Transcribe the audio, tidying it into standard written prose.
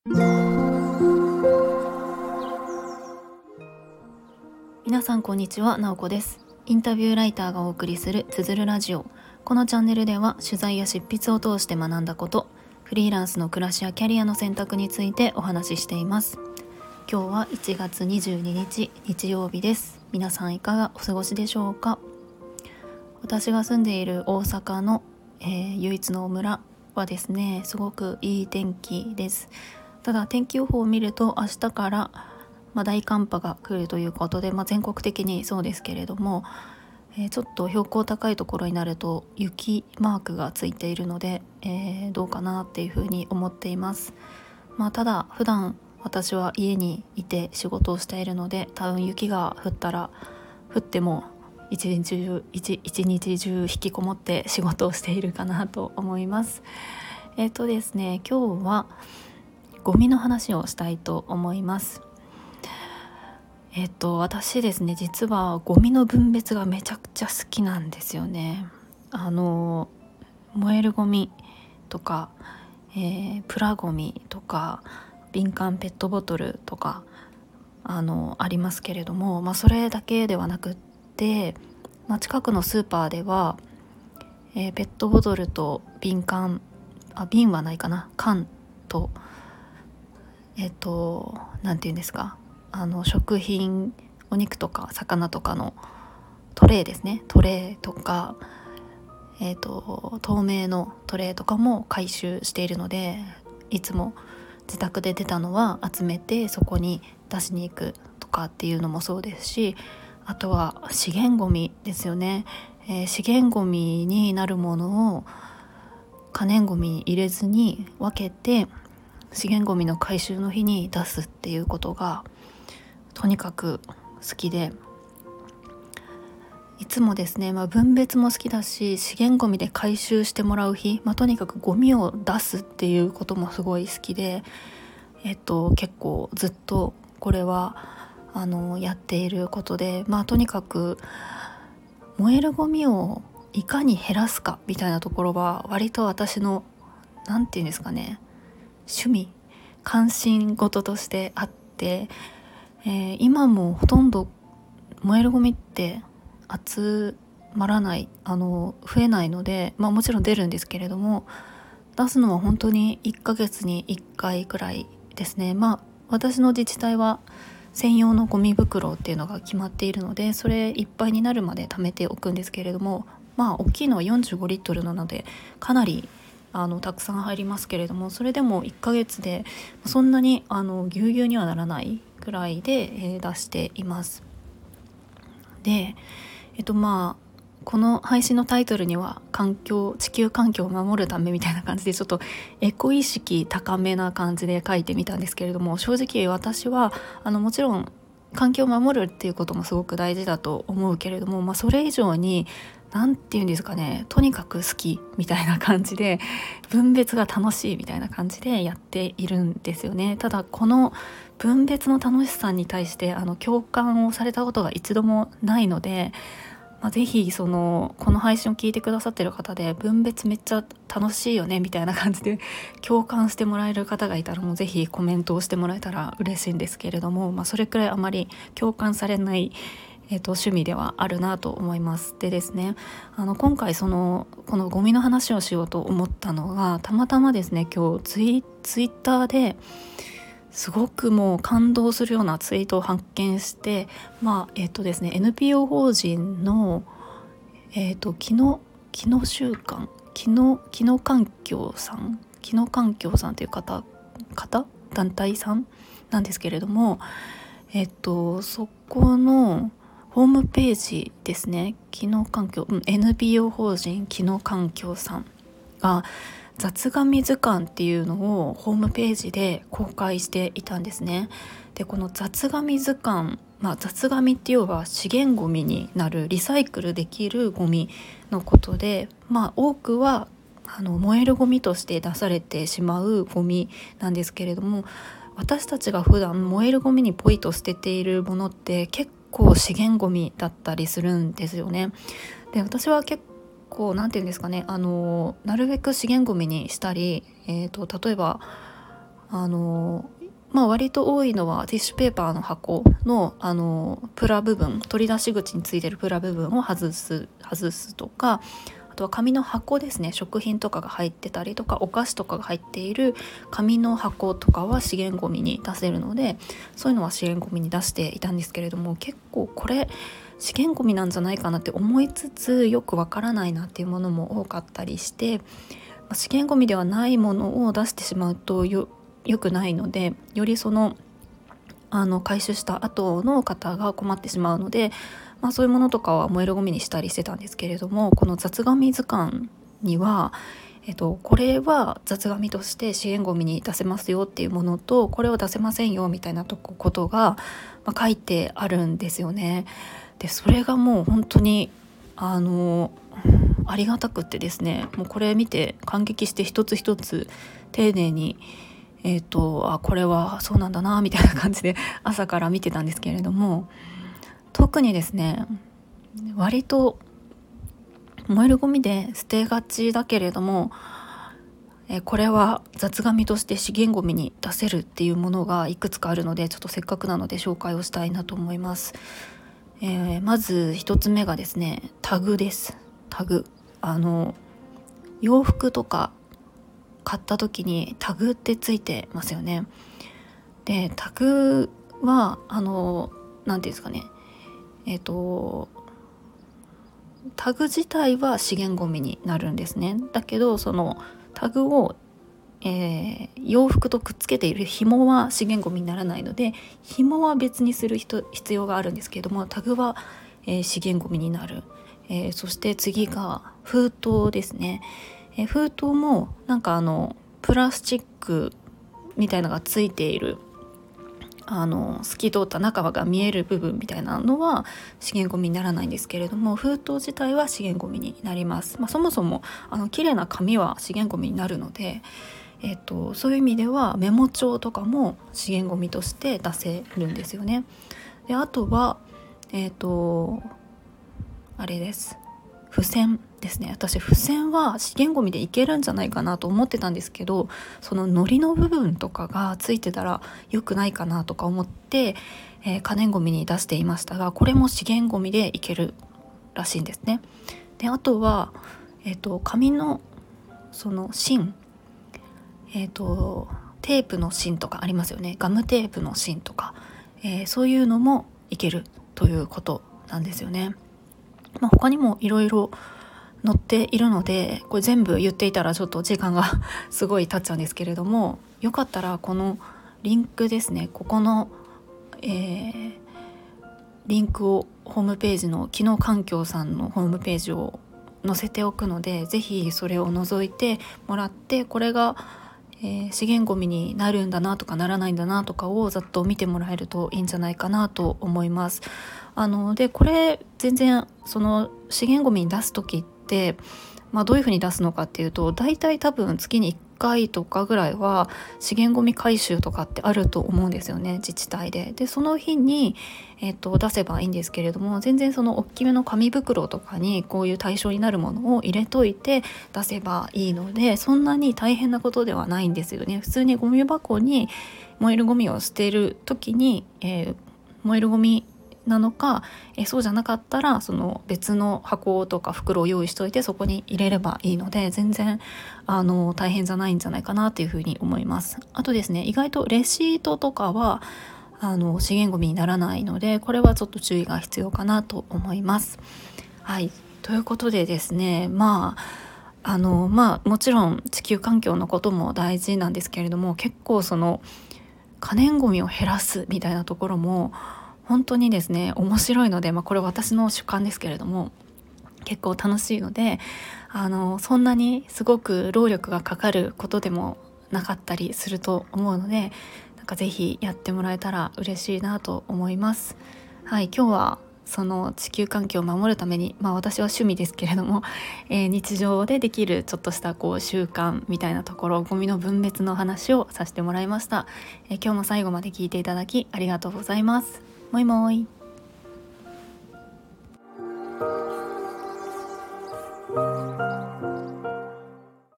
皆さんこんにちは、なおこです。インタビューライターがお送りするつづるラジオ。このチャンネルでは取材や執筆を通して学んだこと、フリーランスの暮らしやキャリアの選択についてお話ししています。今日は1月22日日曜日です。皆さんいかがお過ごしでしょうか。私が住んでいる大阪の、唯一の村はですね、すごくいい天気です。ただ天気予報を見ると明日から大寒波が来るということで、全国的にそうですけれども、ちょっと標高高いところになると雪マークがついているので、どうかなっていうふうに思っています。ただ普段私は家にいて仕事をしているので、多分雪が降っても一日中引きこもって仕事をしているかなと思います。ですね、今日はゴミの話をしたいと思います。私ですね、実はゴミの分別がめちゃくちゃ好きなんですよね。燃えるゴミとか、プラゴミとか瓶缶ペットボトルとかありますけれども、それだけではなくって、近くのスーパーでは、ペットボトルと瓶はないかな、缶となんていうんですか、食品、お肉とか魚とかのトレイですね、トレイとか、透明のトレイとかも回収しているので、いつも自宅で出たのは集めてそこに出しに行くとかっていうのもそうですし、あとは資源ゴミですよね。資源ゴミになるものを可燃ゴミに入れずに分けて資源ゴミの回収の日に出すっていうことがとにかく好きで、いつもですね、分別も好きだし、資源ゴミで回収してもらう日、とにかくゴミを出すっていうこともすごい好きで、結構ずっとこれはやっていることで、とにかく燃えるゴミをいかに減らすかみたいなところは割と私のなんていうんですかね、趣味関心事としてあって、今もほとんど燃えるゴミって集まらない、増えないので、もちろん出るんですけれども、出すのは本当に1ヶ月に1回くらいですね。私の自治体は専用のゴミ袋っていうのが決まっているので、それいっぱいになるまで貯めておくんですけれども、大きいのは45リットルなのでかなりたくさん入りますけれども、それでも1ヶ月でそんなにぎゅうぎゅうにはならないくらいで、出しています。で、この配信のタイトルには地球環境を守るためみたいな感じで、ちょっとエコ意識高めな感じで書いてみたんですけれども、正直私はもちろん環境を守るっていうこともすごく大事だと思うけれども、それ以上になんていうんですかね、とにかく好きみたいな感じで、分別が楽しいみたいな感じでやっているんですよね。ただこの分別の楽しさに対して共感をされたことが一度もないので、ぜひこの配信を聞いてくださっている方で、分別めっちゃ楽しいよねみたいな感じで共感してもらえる方がいたら、もうぜひコメントをしてもらえたら嬉しいんですけれども、それくらいあまり共感されない趣味ではあるなと思います。でですね、今回このゴミの話をしようと思ったのが、たまたまですね、今日ツイッターですごくもう感動するようなツイートを発見して、ですね、NPO 法人の木の環境さんという団体さんなんですけれども、そこのホームページですね、NPO 法人木の環境さんが雑紙図鑑っていうのをホームページで公開していたんですね。で、この雑紙図鑑、雑紙って要は資源ゴミになるリサイクルできるゴミのことで、多くは燃えるゴミとして出されてしまうゴミなんですけれども、私たちが普段燃えるゴミにポイと捨てているものって結構資源ゴミだったりするんですよね。で、私は結構なんていうんですかね、なるべく資源ゴミにしたり、例えば割と多いのはティッシュペーパーの箱の、プラ部分、取り出し口についてるプラ部分を外すとか、あとは紙の箱ですね、食品とかが入ってたりとかお菓子とかが入っている紙の箱とかは資源ごみに出せるので、そういうのは資源ごみに出していたんですけれども、結構これ資源ごみなんじゃないかなって思いつつ、よくわからないなっていうものも多かったりして、資源ごみではないものを出してしまうと良くないので、よりその回収した後の方が困ってしまうので、そういうものとかは燃えるゴミにしたりしてたんですけれども、この雑紙図鑑には、これは雑紙として資源ゴミに出せますよっていうものと、これを出せませんよみたいなことが、書いてあるんですよね。でそれがもう本当にありがたくってですね、もうこれ見て感激して一つ一つ丁寧にこれはそうなんだなみたいな感じで朝から見てたんですけれども、特にですね、割と燃えるゴミで捨てがちだけれども、これは雑紙として資源ゴミに出せるっていうものがいくつかあるので、ちょっとせっかくなので紹介をしたいなと思います。まず一つ目がですね、タグです。タグ、洋服とか買った時にタグってついてますよね。でタグはなんていうんですかね、タグ自体は資源ゴミになるんですね。だけどそのタグを、洋服とくっつけている紐は資源ゴミにならないので、紐は別にする必要があるんですけれども、タグは、資源ゴミになる。そして次が封筒ですね。封筒もなんかプラスチックみたいなのがついている、透き通った中が見える部分みたいなのは資源ゴミにならないんですけれども、封筒自体は資源ゴミになります。そもそも綺麗な紙は資源ゴミになるので、そういう意味ではメモ帳とかも資源ゴミとして出せるんですよね。であとはあれです、付箋ですね。私付箋は資源ゴミでいけるんじゃないかなと思ってたんですけど、その糊の部分とかがついてたら良くないかなとか思って、可燃ゴミに出していましたが、これも資源ゴミでいけるらしいんですね。であとは、紙のその芯、テープの芯とかありますよね。ガムテープの芯とか、そういうのもいけるということなんですよね。他にもいろいろ載っているので、これ全部言っていたらちょっと時間がすごい経っちゃうんですけれども、よかったらこのリンクですね、ここの、リンクをホームページの機能環境さんのホームページを載せておくので、ぜひそれを覗いてもらって、これが、資源ゴミになるんだなとかならないんだなとかをざっと見てもらえるといいんじゃないかなと思います。でこれ全然その資源ゴミに出す時って、どういうふうに出すのかっていうと、大体多分月に1回とかぐらいは資源ゴミ回収とかってあると思うんですよね、自治体で。でその日に、出せばいいんですけれども、全然その大きめの紙袋とかにこういう対象になるものを入れといて出せばいいので、そんなに大変なことではないんですよね。普通にゴミ箱に燃えるゴミを捨てる時に、燃えるゴミなのか、そうじゃなかったらその別の箱とか袋を用意しといてそこに入れればいいので、全然大変じゃないんじゃないかなというふうに思います。あとですね、意外とレシートとかは資源ゴミにならないので、これはちょっと注意が必要かなと思います。はい、ということでですね、もちろん地球環境のことも大事なんですけれども、結構その可燃ゴミを減らすみたいなところも本当にですね面白いので、これ私の主観ですけれども結構楽しいので、そんなにすごく労力がかかることでもなかったりすると思うので、ぜひやってもらえたら嬉しいなと思います。はい、今日はその地球環境を守るために、私は趣味ですけれども、日常でできるちょっとした習慣みたいなところ、ゴミの分別の話をさせてもらいました。今日も最後まで聞いていただきありがとうございます。もいもい。